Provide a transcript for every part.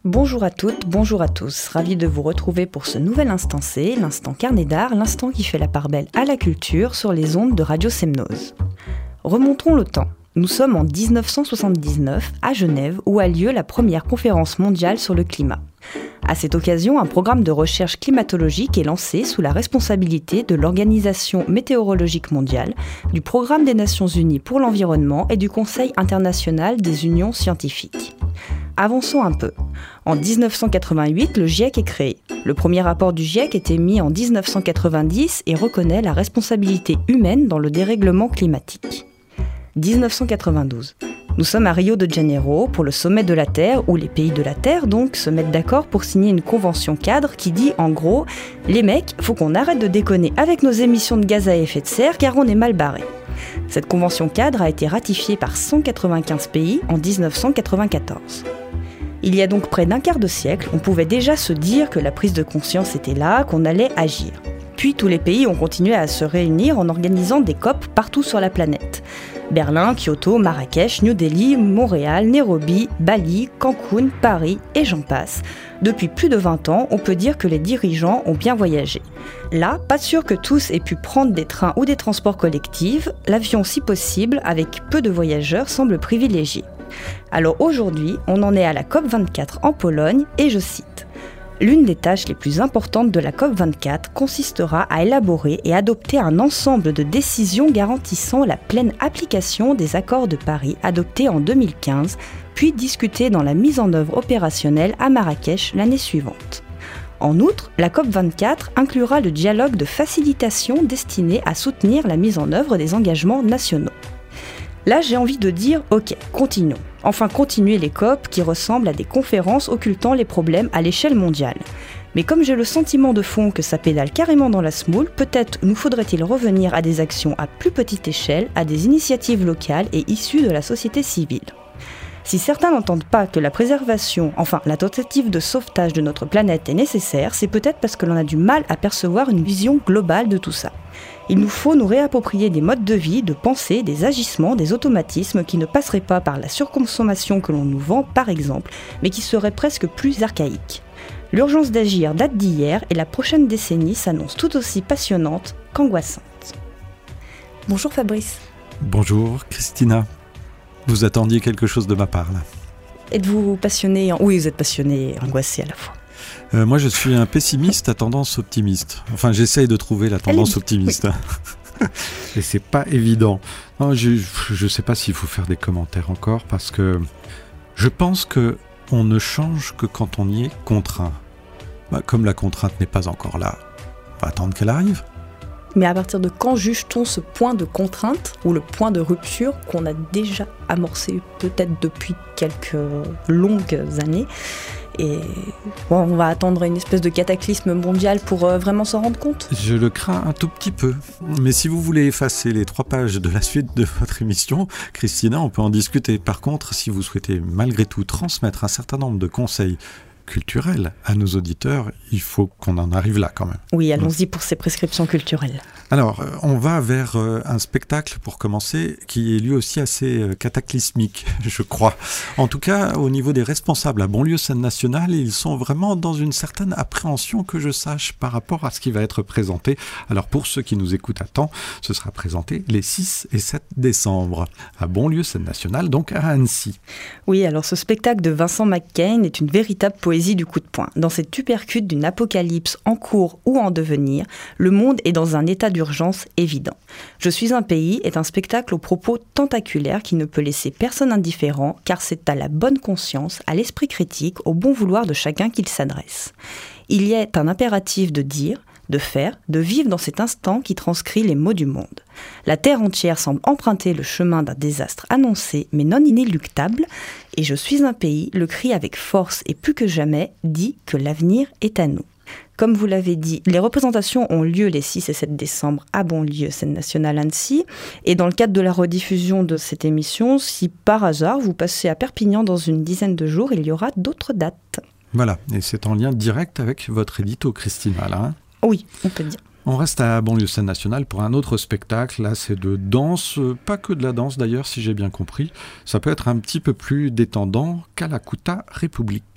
Bonjour à toutes, bonjour à tous, ravi de vous retrouver pour ce nouvel instant C, l'instant carnet d'art, l'instant qui fait la part belle à la culture sur les ondes de Radio Semnose. Remontons le temps. Nous sommes en 1979 à Genève où a lieu la première conférence mondiale sur le climat. À cette occasion, un programme de recherche climatologique est lancé sous la responsabilité de l'Organisation météorologique mondiale, du Programme des Nations Unies pour l'environnement et du Conseil international des unions scientifiques. Avançons un peu. En 1988, le GIEC est créé. Le premier rapport du GIEC est émis en 1990 et reconnaît la responsabilité humaine dans le dérèglement climatique. 1992. Nous sommes à Rio de Janeiro pour le sommet de la Terre, où les pays de la Terre donc se mettent d'accord pour signer une convention cadre qui dit en gros « Les mecs, faut qu'on arrête de déconner avec nos émissions de gaz à effet de serre car on est mal barré ». Cette convention cadre a été ratifiée par 195 pays en 1994. Il y a donc près d'un quart de siècle, on pouvait déjà se dire que la prise de conscience était là, qu'on allait agir. Puis tous les pays ont continué à se réunir en organisant des COP partout sur la planète. Berlin, Kyoto, Marrakech, New Delhi, Montréal, Nairobi, Bali, Cancun, Paris et j'en passe. Depuis plus de 20 ans, on peut dire que les dirigeants ont bien voyagé. Là, pas sûr que tous aient pu prendre des trains ou des transports collectifs, l'avion si possible, avec peu de voyageurs, semble privilégié. Alors aujourd'hui, on en est à la COP24 en Pologne et je cite « L'une des tâches les plus importantes de la COP24 consistera à élaborer et adopter un ensemble de décisions garantissant la pleine application des accords de Paris adoptés en 2015, puis discutés dans la mise en œuvre opérationnelle à Marrakech l'année suivante. En outre, la COP24 inclura le dialogue de facilitation destiné à soutenir la mise en œuvre des engagements nationaux. » Là, j'ai envie de dire, ok, continuons. Enfin, continuer les COP qui ressemblent à des conférences occultant les problèmes à l'échelle mondiale. Mais comme j'ai le sentiment de fond que ça pédale carrément dans la semoule, peut-être nous faudrait-il revenir à des actions à plus petite échelle, à des initiatives locales et issues de la société civile. Si certains n'entendent pas que la préservation, enfin la tentative de sauvetage de notre planète est nécessaire, c'est peut-être parce que l'on a du mal à percevoir une vision globale de tout ça. Il nous faut nous réapproprier des modes de vie, de pensée, des agissements, des automatismes qui ne passeraient pas par la surconsommation que l'on nous vend par exemple, mais qui seraient presque plus archaïques. L'urgence d'agir date d'hier et la prochaine décennie s'annonce tout aussi passionnante qu'angoissante. Bonjour Fabrice. Bonjour Christina. Vous attendiez quelque chose de ma part là. Êtes-vous passionné ? Oui, vous êtes passionné et angoissé à la fois. Moi, je suis un pessimiste à tendance optimiste. Enfin, j'essaye de trouver la tendance optimiste. Oui. Et c'est pas évident. Non, je sais pas s'il faut faire des commentaires encore parce que je pense que on ne change que quand on y est contraint. Comme la contrainte n'est pas encore là, on va attendre qu'elle arrive. Mais à partir de quand juge-t-on ce point de contrainte ou le point de rupture qu'on a déjà amorcé peut-être depuis quelques longues années ? Et bon, on va attendre une espèce de cataclysme mondial pour vraiment s'en rendre compte. Je le crains un tout petit peu. Mais si vous voulez effacer les 3 pages de la suite de votre émission, Christina, on peut en discuter. Par contre, si vous souhaitez malgré tout transmettre un certain nombre de conseils culturels à nos auditeurs, il faut qu'on en arrive là quand même. Oui, allons-y pour ces prescriptions culturelles. Alors, on va vers un spectacle pour commencer qui est lui aussi assez cataclysmique, je crois. En tout cas, au niveau des responsables à Bonlieu Scène Nationale, ils sont vraiment dans une certaine appréhension que je sache par rapport à ce qui va être présenté. Alors, pour ceux qui nous écoutent à temps, ce sera présenté les 6 et 7 décembre à Bonlieu Scène Nationale, donc à Annecy. Oui, alors ce spectacle de Vincent McCain est une véritable poésie du coup de poing. Dans cette tubercute d'une apocalypse en cours ou en devenir, le monde est dans un état d'urgence évident. Je suis un pays est un spectacle aux propos tentaculaires qui ne peut laisser personne indifférent car c'est à la bonne conscience, à l'esprit critique, au bon vouloir de chacun qu'il s'adresse. Il y a un impératif de dire, de faire, de vivre dans cet instant qui transcrit les maux du monde. La terre entière semble emprunter le chemin d'un désastre annoncé mais non inéluctable, et je suis un pays, le cri avec force et plus que jamais dit que l'avenir est à nous. Comme vous l'avez dit, les représentations ont lieu les 6 et 7 décembre à Bonlieu Scène Nationale Annecy, et dans le cadre de la rediffusion de cette émission, si par hasard vous passez à Perpignan dans une dizaine de jours, il y aura d'autres dates. Voilà, et c'est en lien direct avec votre édito, Christina, là, hein ? Oui, on peut dire. On reste à Bonlieu Scène Nationale pour un autre spectacle. Là, c'est de danse, pas que de la danse d'ailleurs, si j'ai bien compris. Ça peut être un petit peu plus détendant qu'à la Kuta République.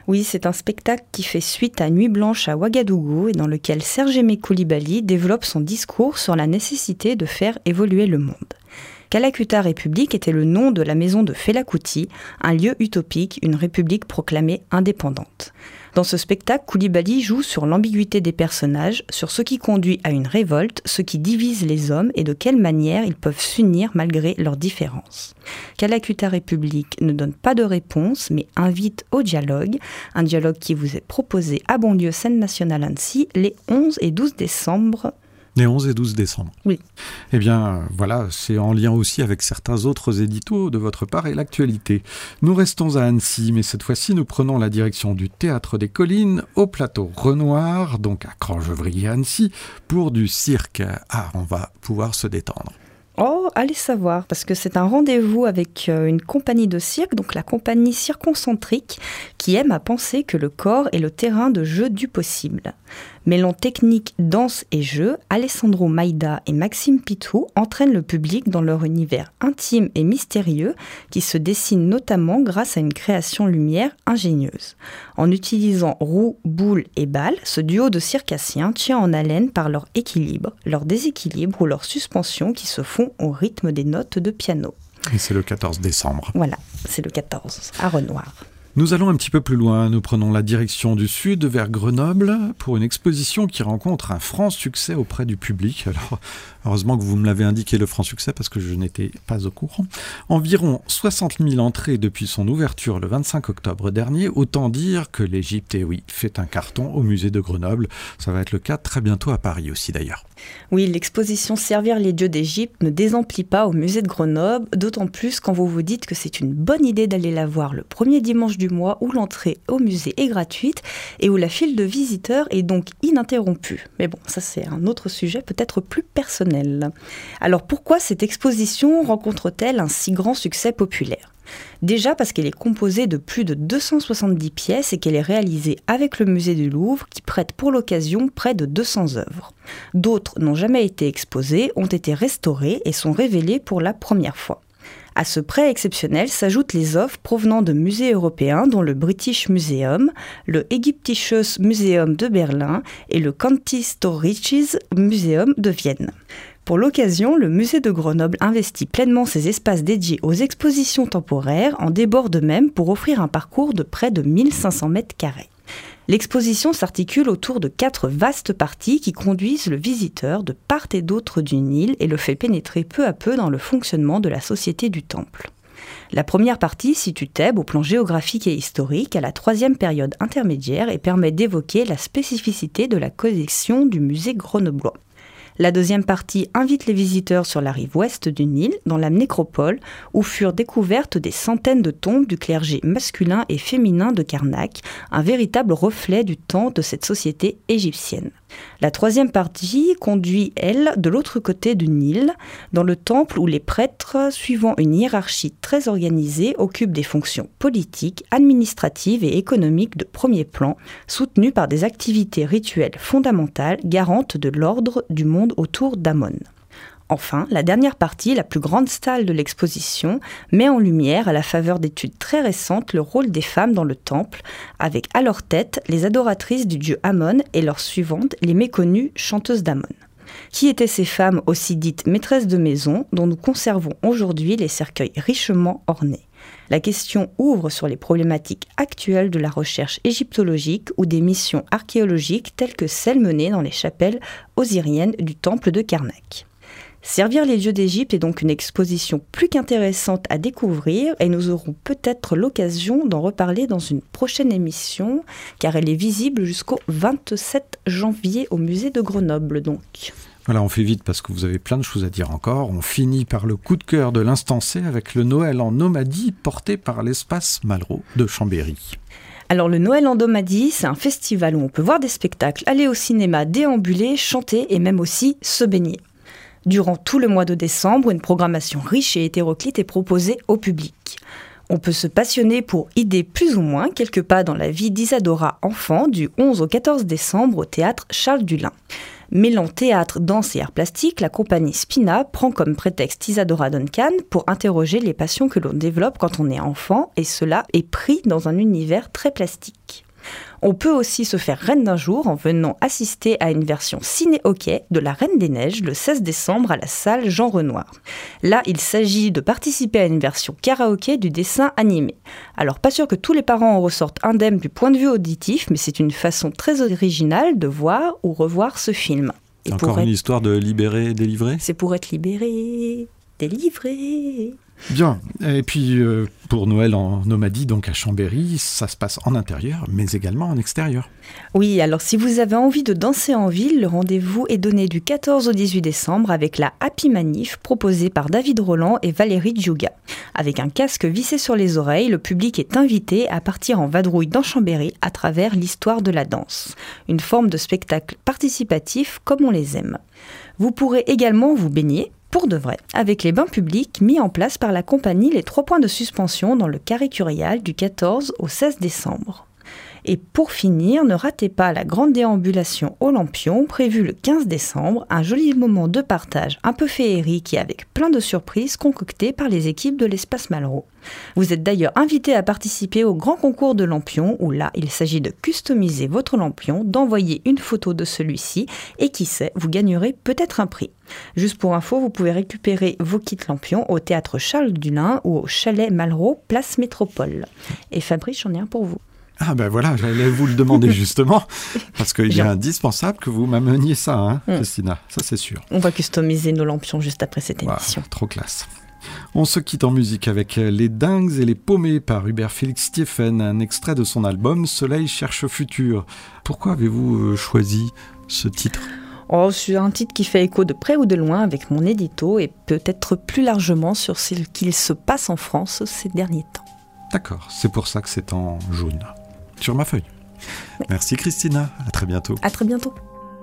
Oui, c'est un spectacle qui fait suite à Nuit Blanche à Ouagadougou et dans lequel Serge Aimé Coulibaly développe son discours sur la nécessité de faire évoluer le monde. Kalakuta République était le nom de la maison de Fela Kuti, un lieu utopique, une république proclamée indépendante. Dans ce spectacle, Coulibaly joue sur l'ambiguïté des personnages, sur ce qui conduit à une révolte, ce qui divise les hommes et de quelle manière ils peuvent s'unir malgré leurs différences. Kalakuta République ne donne pas de réponse, mais invite au dialogue, un dialogue qui vous est proposé à Bonlieu Scène Nationale Annecy les 11 et 12 décembre. Les 11 et 12 décembre. Oui. Eh bien, voilà, c'est en lien aussi avec certains autres éditos de votre part et l'actualité. Nous restons à Annecy, mais cette fois-ci, nous prenons la direction du Théâtre des Collines, au plateau Renoir, donc à Crangeuvrier Annecy, pour du cirque. Ah, on va pouvoir se détendre. Oh, allez savoir, parce que c'est un rendez-vous avec une compagnie de cirque, donc la compagnie Circoncentrique, qui aime à penser que le corps est le terrain de jeu du possible. Mêlant technique, danse et jeu, Alessandro Maïda et Maxime Pitou entraînent le public dans leur univers intime et mystérieux qui se dessine notamment grâce à une création lumière ingénieuse. En utilisant roues, boules et balles, ce duo de circassiens tient en haleine par leur équilibre, leur déséquilibre ou leur suspension qui se font au rythme des notes de piano. Et c'est le 14 décembre. Voilà, c'est le 14, à Renoir. Nous allons un petit peu plus loin, nous prenons la direction du sud vers Grenoble pour une exposition qui rencontre un franc succès auprès du public. Alors, heureusement que vous me l'avez indiqué le franc succès parce que je n'étais pas au courant. Environ 60 000 entrées depuis son ouverture le 25 octobre dernier, autant dire que l'Égypte, eh oui, fait un carton au musée de Grenoble. Ça va être le cas très bientôt à Paris aussi d'ailleurs. Oui, l'exposition Servir les dieux d'Égypte ne désemplit pas au musée de Grenoble, d'autant plus quand vous vous dites que c'est une bonne idée d'aller la voir le premier dimanche du mois où l'entrée au musée est gratuite et où la file de visiteurs est donc ininterrompue. Mais bon, ça c'est un autre sujet peut-être plus personnel. Alors pourquoi cette exposition rencontre-t-elle un si grand succès populaire ? Déjà parce qu'elle est composée de plus de 270 pièces et qu'elle est réalisée avec le musée du Louvre qui prête pour l'occasion près de 200 œuvres. D'autres n'ont jamais été exposées, ont été restaurées et sont révélées pour la première fois. À ce prêt exceptionnel s'ajoutent les offres provenant de musées européens dont le British Museum, le Ägyptisches Museum de Berlin et le Kunsthistorisches Museum de Vienne. Pour l'occasion, le musée de Grenoble investit pleinement ses espaces dédiés aux expositions temporaires, en déborde même pour offrir un parcours de près de 1500 mètres carrés. L'exposition s'articule autour de 4 vastes parties qui conduisent le visiteur de part et d'autre du Nil et le fait pénétrer peu à peu dans le fonctionnement de la société du Temple. La première partie situe Thèbes au plan géographique et historique à la 3e période intermédiaire et permet d'évoquer la spécificité de la collection du musée grenoblois. La deuxième partie invite les visiteurs sur la rive ouest du Nil, dans la nécropole, où furent découvertes des centaines de tombes du clergé masculin et féminin de Karnak, un véritable reflet du temps de cette société égyptienne. La troisième partie conduit, elle, de l'autre côté du Nil, dans le temple où les prêtres, suivant une hiérarchie très organisée, occupent des fonctions politiques, administratives et économiques de premier plan, soutenues par des activités rituelles fondamentales garantes de l'ordre du monde autour d'Amon. Enfin, la dernière partie, la plus grande salle de l'exposition, met en lumière, à la faveur d'études très récentes, le rôle des femmes dans le temple, avec à leur tête les adoratrices du dieu Amon et leurs suivantes, les méconnues chanteuses d'Amon. Qui étaient ces femmes aussi dites maîtresses de maison, dont nous conservons aujourd'hui les cercueils richement ornés ? La question ouvre sur les problématiques actuelles de la recherche égyptologique ou des missions archéologiques telles que celles menées dans les chapelles osiriennes du temple de Karnak. Servir les dieux d'Égypte est donc une exposition plus qu'intéressante à découvrir et nous aurons peut-être l'occasion d'en reparler dans une prochaine émission car elle est visible jusqu'au 27 janvier au musée de Grenoble donc. Voilà, on fait vite parce que vous avez plein de choses à dire encore. On finit par le coup de cœur de l'instant C avec le Noël en Nomadie porté par l'espace Malraux de Chambéry. Alors le Noël en Nomadie, c'est un festival où on peut voir des spectacles, aller au cinéma, déambuler, chanter et même aussi se baigner. Durant tout le mois de décembre, une programmation riche et hétéroclite est proposée au public. On peut se passionner pour idées plus ou moins quelques pas dans la vie d'Isadora enfant du 11 au 14 décembre au théâtre Charles Dulin. Mêlant théâtre, danse et arts plastiques, la compagnie Spina prend comme prétexte Isadora Duncan pour interroger les passions que l'on développe quand on est enfant, et cela est pris dans un univers très plastique. On peut aussi se faire reine d'un jour en venant assister à une version ciné-hockey de La Reine des Neiges le 16 décembre à la salle Jean Renoir. Là, il s'agit de participer à une version karaoké du dessin animé. Alors, pas sûr que tous les parents en ressortent indemnes du point de vue auditif, mais c'est une façon très originale de voir ou revoir ce film. C'est encore une histoire de libérer, délivrer ? C'est pour être libéré, délivré. Bien, et puis pour Noël en Nomadie, donc à Chambéry, ça se passe en intérieur, mais également en extérieur. Oui, alors si vous avez envie de danser en ville, le rendez-vous est donné du 14 au 18 décembre avec la Happy Manif proposée par David Roland et Valérie Djouga. Avec un casque vissé sur les oreilles, le public est invité à partir en vadrouille dans Chambéry à travers l'histoire de la danse. Une forme de spectacle participatif comme on les aime. Vous pourrez également vous baigner, pour de vrai, avec les bains publics mis en place par la compagnie Les 3 points de suspension dans le Carré Curial du 14 au 16 décembre. Et pour finir, ne ratez pas la grande déambulation au Lampion, prévue le 15 décembre, un joli moment de partage un peu féerique et avec plein de surprises concoctées par les équipes de l'Espace Malraux. Vous êtes d'ailleurs invité à participer au grand concours de Lampion, où là, il s'agit de customiser votre Lampion, d'envoyer une photo de celui-ci, et qui sait, vous gagnerez peut-être un prix. Juste pour info, vous pouvez récupérer vos kits Lampion au théâtre Charles Dullin ou au chalet Malraux, place Métropole. Et Fabrice, j'en ai un pour vous. Ah ben voilà, j'allais vous le demander justement, parce qu'il est indispensable que vous m'ameniez ça, Christina, ça c'est sûr. On va customiser nos lampions juste après cette émission. Trop classe. On se quitte en musique avec Les Dingues et les Paumés par Hubert Félix Stieffen, un extrait de son album Soleil cherche futur. Pourquoi avez-vous choisi ce titre ? C'est un titre qui fait écho de près ou de loin avec mon édito et peut-être plus largement sur ce qu'il se passe en France ces derniers temps. D'accord, c'est pour ça que c'est en jaune. Sur ma feuille. Ouais. Merci Christina, à très bientôt. À très bientôt.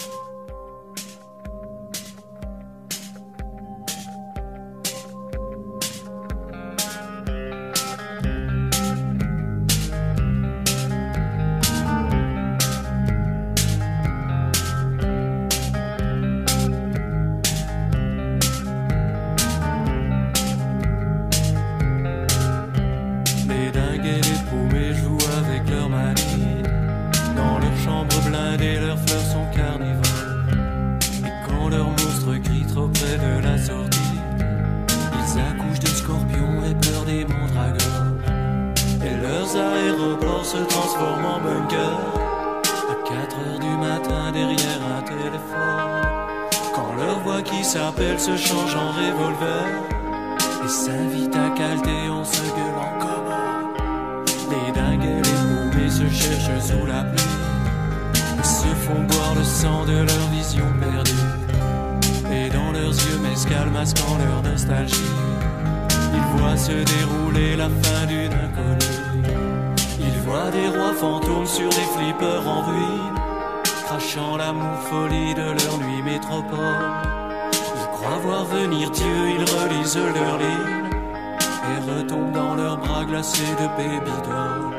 Se change en revolver et s'invite à calter en se gueulant comme les dingues et les paumés se cherchent sous la pluie et se font boire le sang de leur vision perdue. Et dans leurs yeux mescal masquant leur nostalgie, ils voient se dérouler la fin d'une inconnue. Ils voient des rois fantômes sur des flippers en ruine, crachant l'amour folie de leur nuit métropole. À voir venir Dieu, ils relisent leurs lignes et retombent dans leurs bras glacés de baby doll.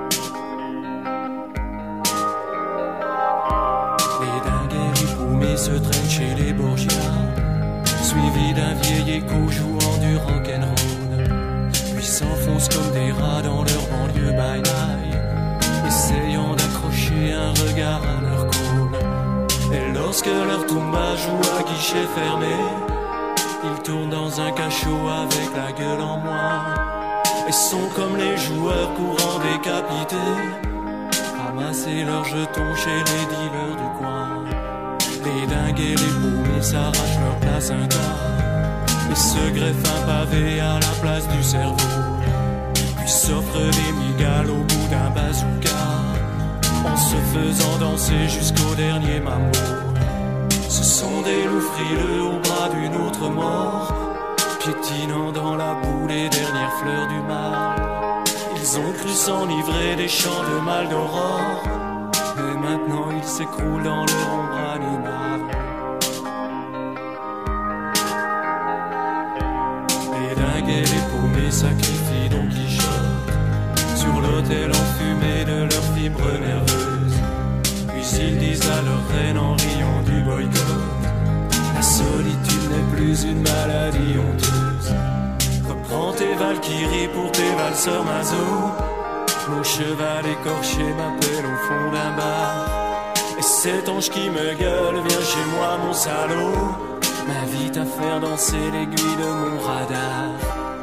Les dingues et les paumés se traînent chez les Borgia, suivis d'un vieil écho jouant du rock'n'roll, puis s'enfoncent comme des rats dans leur banlieue by night, essayant d'accrocher un regard à leur col. Et lorsque leur tumba joue à guichet fermé, ils tournent dans un cachot avec la gueule en moins et sont comme les joueurs courant décapités, ramasser leurs jetons chez les dealers du coin. Les dingues et les paumés s'arrachent leur placenta et se greffent un pavé à la place du cerveau, puis s'offrent des migales au bout d'un bazooka, en se faisant danser jusqu'au dernier mambo. Ce sont des loups frileux au bras d'une autre mort, piétinant dans la boue les dernières fleurs du mal. Ils ont cru s'enivrer des chants de mal d'aurore, et maintenant ils s'écroulent dans leur ombre animale. Les dingues et les paumés sacrifient Don Quichotte sur l'autel enfumé de leurs fibres nerveuses, puis Puis ils disent à leur reine en riant du boycott: la solitude n'est plus une maladie honteuse. Reprends tes valkyries pour tes valseurs maso. Mon cheval écorché m'appelle au fond d'un bar. Et cet ange qui me gueule, viens chez moi mon salaud, m'invite à faire danser l'aiguille de mon radar.